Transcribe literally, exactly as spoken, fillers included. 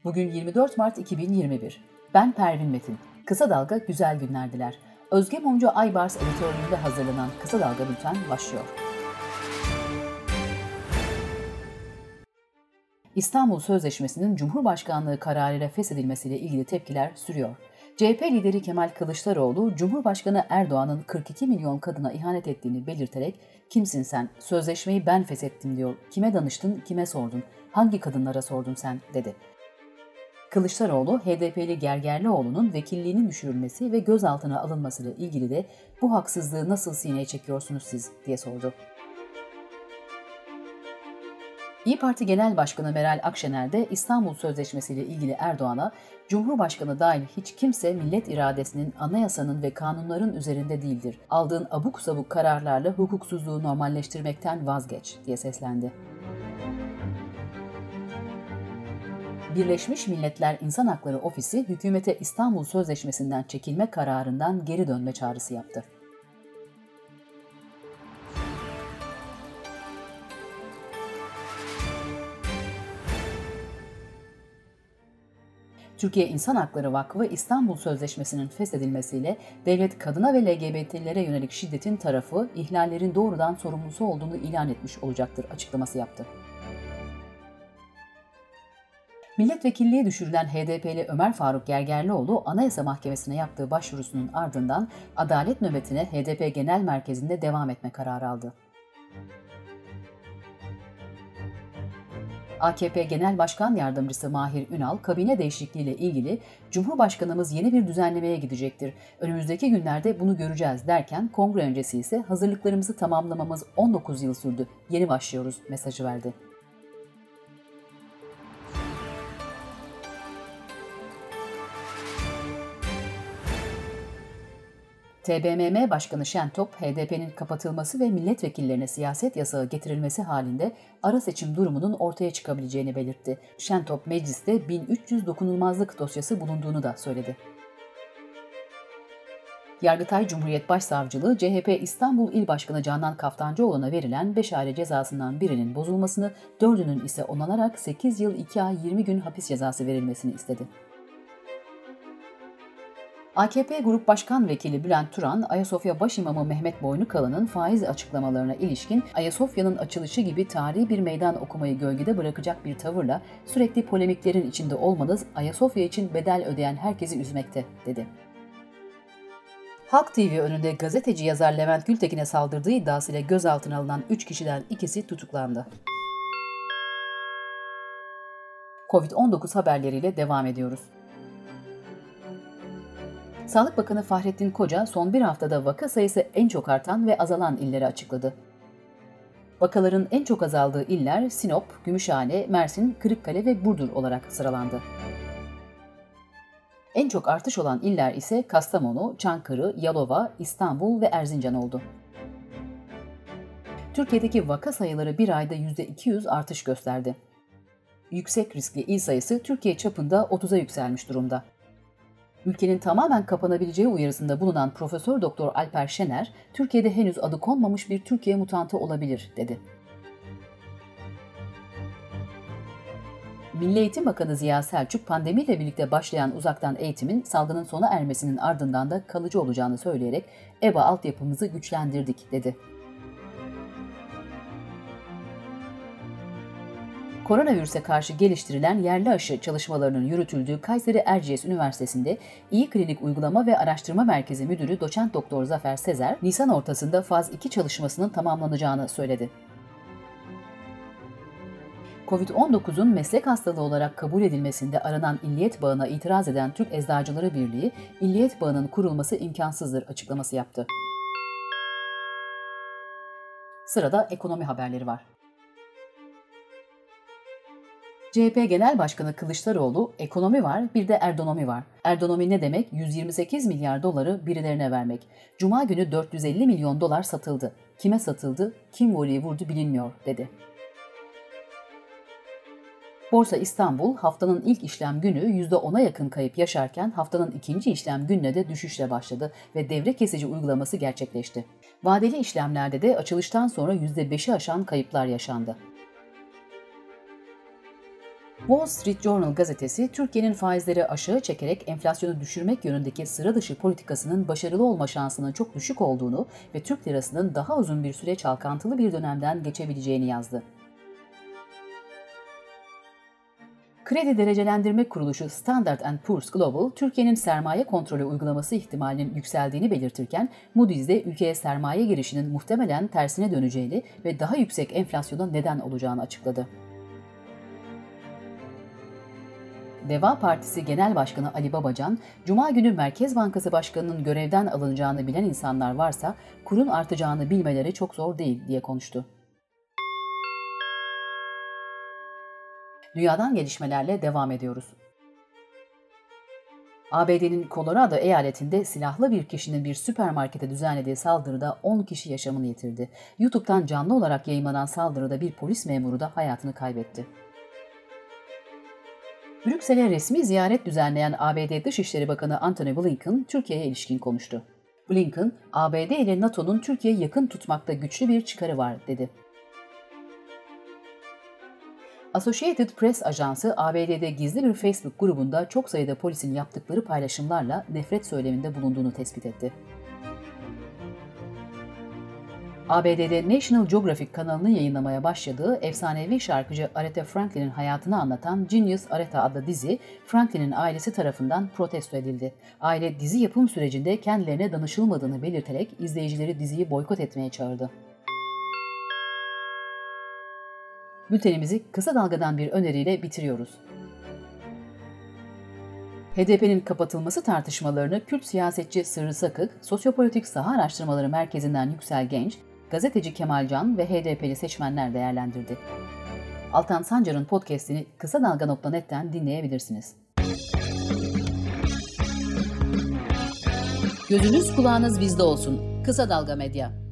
Bugün yirmi dört Mart iki bin yirmi bir. Ben Pervin Metin. Kısa Dalga güzel günler diler. Özge Mumcu Aybars editörlüğünde hazırlanan Kısa Dalga Bülten başlıyor. İstanbul Sözleşmesi'nin Cumhurbaşkanlığı kararıyla feshedilmesiyle ilgili tepkiler sürüyor. C H P lideri Kemal Kılıçdaroğlu, Cumhurbaşkanı Erdoğan'ın kırk iki milyon kadına ihanet ettiğini belirterek "Kimsin sen? Sözleşmeyi ben feshettim" diyor. "Kime danıştın, kime sordun? Hangi kadınlara sordun sen?" dedi. Kılıçdaroğlu, H D P'li Gergerlioğlu'nun vekilliğinin düşürülmesi ve gözaltına alınmasıyla ilgili de "Bu haksızlığı nasıl sineye çekiyorsunuz siz?" diye sordu. İYİ Parti Genel Başkanı Meral Akşener de İstanbul Sözleşmesi ile ilgili Erdoğan'a "Cumhurbaşkanı dahil hiç kimse millet iradesinin, anayasanın ve kanunların üzerinde değildir. Aldığın abuk sabuk kararlarla hukuksuzluğu normalleştirmekten vazgeç" diye seslendi. Birleşmiş Milletler İnsan Hakları Ofisi, hükümete İstanbul Sözleşmesi'nden çekilme kararından geri dönme çağrısı yaptı. Türkiye İnsan Hakları Vakfı, İstanbul Sözleşmesi'nin feshedilmesiyle devlet kadına ve L G B T'lilere yönelik şiddetin tarafı, ihlallerin doğrudan sorumlusu olduğunu ilan etmiş olacaktır açıklaması yaptı. Milletvekilliğe düşürülen H D P'li Ömer Faruk Gergerlioğlu, Anayasa Mahkemesi'ne yaptığı başvurusunun ardından adalet nöbetine H D P Genel Merkezi'nde devam etme kararı aldı. A K P Genel Başkan Yardımcısı Mahir Ünal, kabine değişikliğiyle ilgili "Cumhurbaşkanımız yeni bir düzenlemeye gidecektir. Önümüzdeki günlerde bunu göreceğiz" derken kongre öncesi ise "Hazırlıklarımızı tamamlamamız on dokuz yıl sürdü. Yeni başlıyoruz" mesajı verdi. T B M M Başkanı Şentop, H D P'nin kapatılması ve milletvekillerine siyaset yasağı getirilmesi halinde ara seçim durumunun ortaya çıkabileceğini belirtti. Şentop, mecliste bin üç yüz dokunulmazlık dosyası bulunduğunu da söyledi. Yargıtay Cumhuriyet Başsavcılığı, C H P İstanbul İl Başkanı Canan Kaftancıoğlu'na verilen beş aile cezasından birinin bozulmasını, dördünün ise onanarak sekiz yıl iki ay yirmi gün hapis cezası verilmesini istedi. A K P Grup Başkan Vekili Bülent Turan, Ayasofya Başimamı Mehmet Boynukalın'ın faiz açıklamalarına ilişkin Ayasofya'nın açılışı gibi tarihi bir meydan okumayı gölgede bırakacak bir tavırla "Sürekli polemiklerin içinde olmanız Ayasofya için bedel ödeyen herkesi üzmekte" dedi. Halk T V önünde gazeteci yazar Levent Gültekin'e saldırdığı iddiasıyla gözaltına alınan üç kişiden ikisi tutuklandı. Covid on dokuz haberleriyle devam ediyoruz. Sağlık Bakanı Fahrettin Koca, son bir haftada vaka sayısı en çok artan ve azalan illeri açıkladı. Vakaların en çok azaldığı iller Sinop, Gümüşhane, Mersin, Kırıkkale ve Burdur olarak sıralandı. En çok artış olan iller ise Kastamonu, Çankırı, Yalova, İstanbul ve Erzincan oldu. Türkiye'deki vaka sayıları bir ayda yüzde iki yüz artış gösterdi. Yüksek riskli il sayısı Türkiye çapında otuza yükselmiş durumda. Ülkenin tamamen kapanabileceği uyarısında bulunan Profesör Doktor Alper Şener, "Türkiye'de henüz adı konmamış bir Türkiye mutantı olabilir" dedi. Milli Eğitim Bakanı Ziya Selçuk, pandemiyle birlikte başlayan uzaktan eğitimin salgının sona ermesinin ardından da kalıcı olacağını söyleyerek "E B A altyapımızı güçlendirdik" dedi. Koronavirüse karşı geliştirilen yerli aşı çalışmalarının yürütüldüğü Kayseri Erciyes Üniversitesi'nde İyi Klinik Uygulama ve Araştırma Merkezi Müdürü Doçent Doktor Zafer Sezer, Nisan ortasında faz iki çalışmasının tamamlanacağını söyledi. Covid on dokuzun meslek hastalığı olarak kabul edilmesinde aranan illiyet bağına itiraz eden Türk Eczacıları Birliği, illiyet bağının kurulması imkansızdır açıklaması yaptı. Sırada ekonomi haberleri var. C H P Genel Başkanı Kılıçdaroğlu, "Ekonomi var, bir de Erdonomi var. Erdonomi ne demek? yüz yirmi sekiz milyar doları birilerine vermek. Cuma günü dört yüz elli milyon dolar satıldı. Kime satıldı, kim voleyi vurdu bilinmiyor" dedi. Borsa İstanbul, haftanın ilk işlem günü yüzde ona yakın kayıp yaşarken haftanın ikinci işlem gününe de düşüşle başladı ve devre kesici uygulaması gerçekleşti. Vadeli işlemlerde de açılıştan sonra yüzde beşi aşan kayıplar yaşandı. Wall Street Journal gazetesi, Türkiye'nin faizleri aşağı çekerek enflasyonu düşürmek yönündeki sıra dışı politikasının başarılı olma şansının çok düşük olduğunu ve Türk lirasının daha uzun bir süre çalkantılı bir dönemden geçebileceğini yazdı. Kredi Derecelendirme Kuruluşu Standard and Poor's Global, Türkiye'nin sermaye kontrolü uygulaması ihtimalinin yükseldiğini belirtirken, Moody's'de ülkeye sermaye girişinin muhtemelen tersine döneceğini ve daha yüksek enflasyona neden olacağını açıkladı. Deva Partisi Genel Başkanı Ali Babacan, Cuma günü Merkez Bankası Başkanı'nın görevden alınacağını bilen insanlar varsa, kurun artacağını bilmeleri çok zor değil diye konuştu. Dünyadan gelişmelerle devam ediyoruz. A B D'nin Colorado eyaletinde silahlı bir kişinin bir süpermarkete düzenlediği saldırıda on kişi yaşamını yitirdi. YouTube'dan canlı olarak yayınlanan saldırıda bir polis memuru da hayatını kaybetti. Brüksel'e resmi ziyaret düzenleyen A B D Dışişleri Bakanı Antony Blinken, Türkiye'ye ilişkin konuştu. Blinken, A B D ile NATO'nun Türkiye'yi yakın tutmakta güçlü bir çıkarı var, dedi. Associated Press ajansı, A B D'de gizli bir Facebook grubunda çok sayıda polisin yaptıkları paylaşımlarla nefret söyleminde bulunduğunu tespit etti. A B D'de National Geographic kanalının yayınlamaya başladığı efsanevi şarkıcı Aretha Franklin'in hayatını anlatan Genius Aretha adlı dizi, Franklin'in ailesi tarafından protesto edildi. Aile, dizi yapım sürecinde kendilerine danışılmadığını belirterek izleyicileri diziyi boykot etmeye çağırdı. Bültenimizi kısa dalgadan bir öneriyle bitiriyoruz. H D P'nin kapatılması tartışmalarını Kürt siyasetçi Sırrı Sakık, Sosyopolitik Saha Araştırmaları Merkezi'nden Yüksel Genç, gazeteci Kemal Can ve H D P'li seçmenler değerlendirdi. Altan Sancar'ın podcast'ini kısa dalga nokta net'ten dinleyebilirsiniz. Gözünüz kulağınız bizde olsun. Kısa Dalga Medya.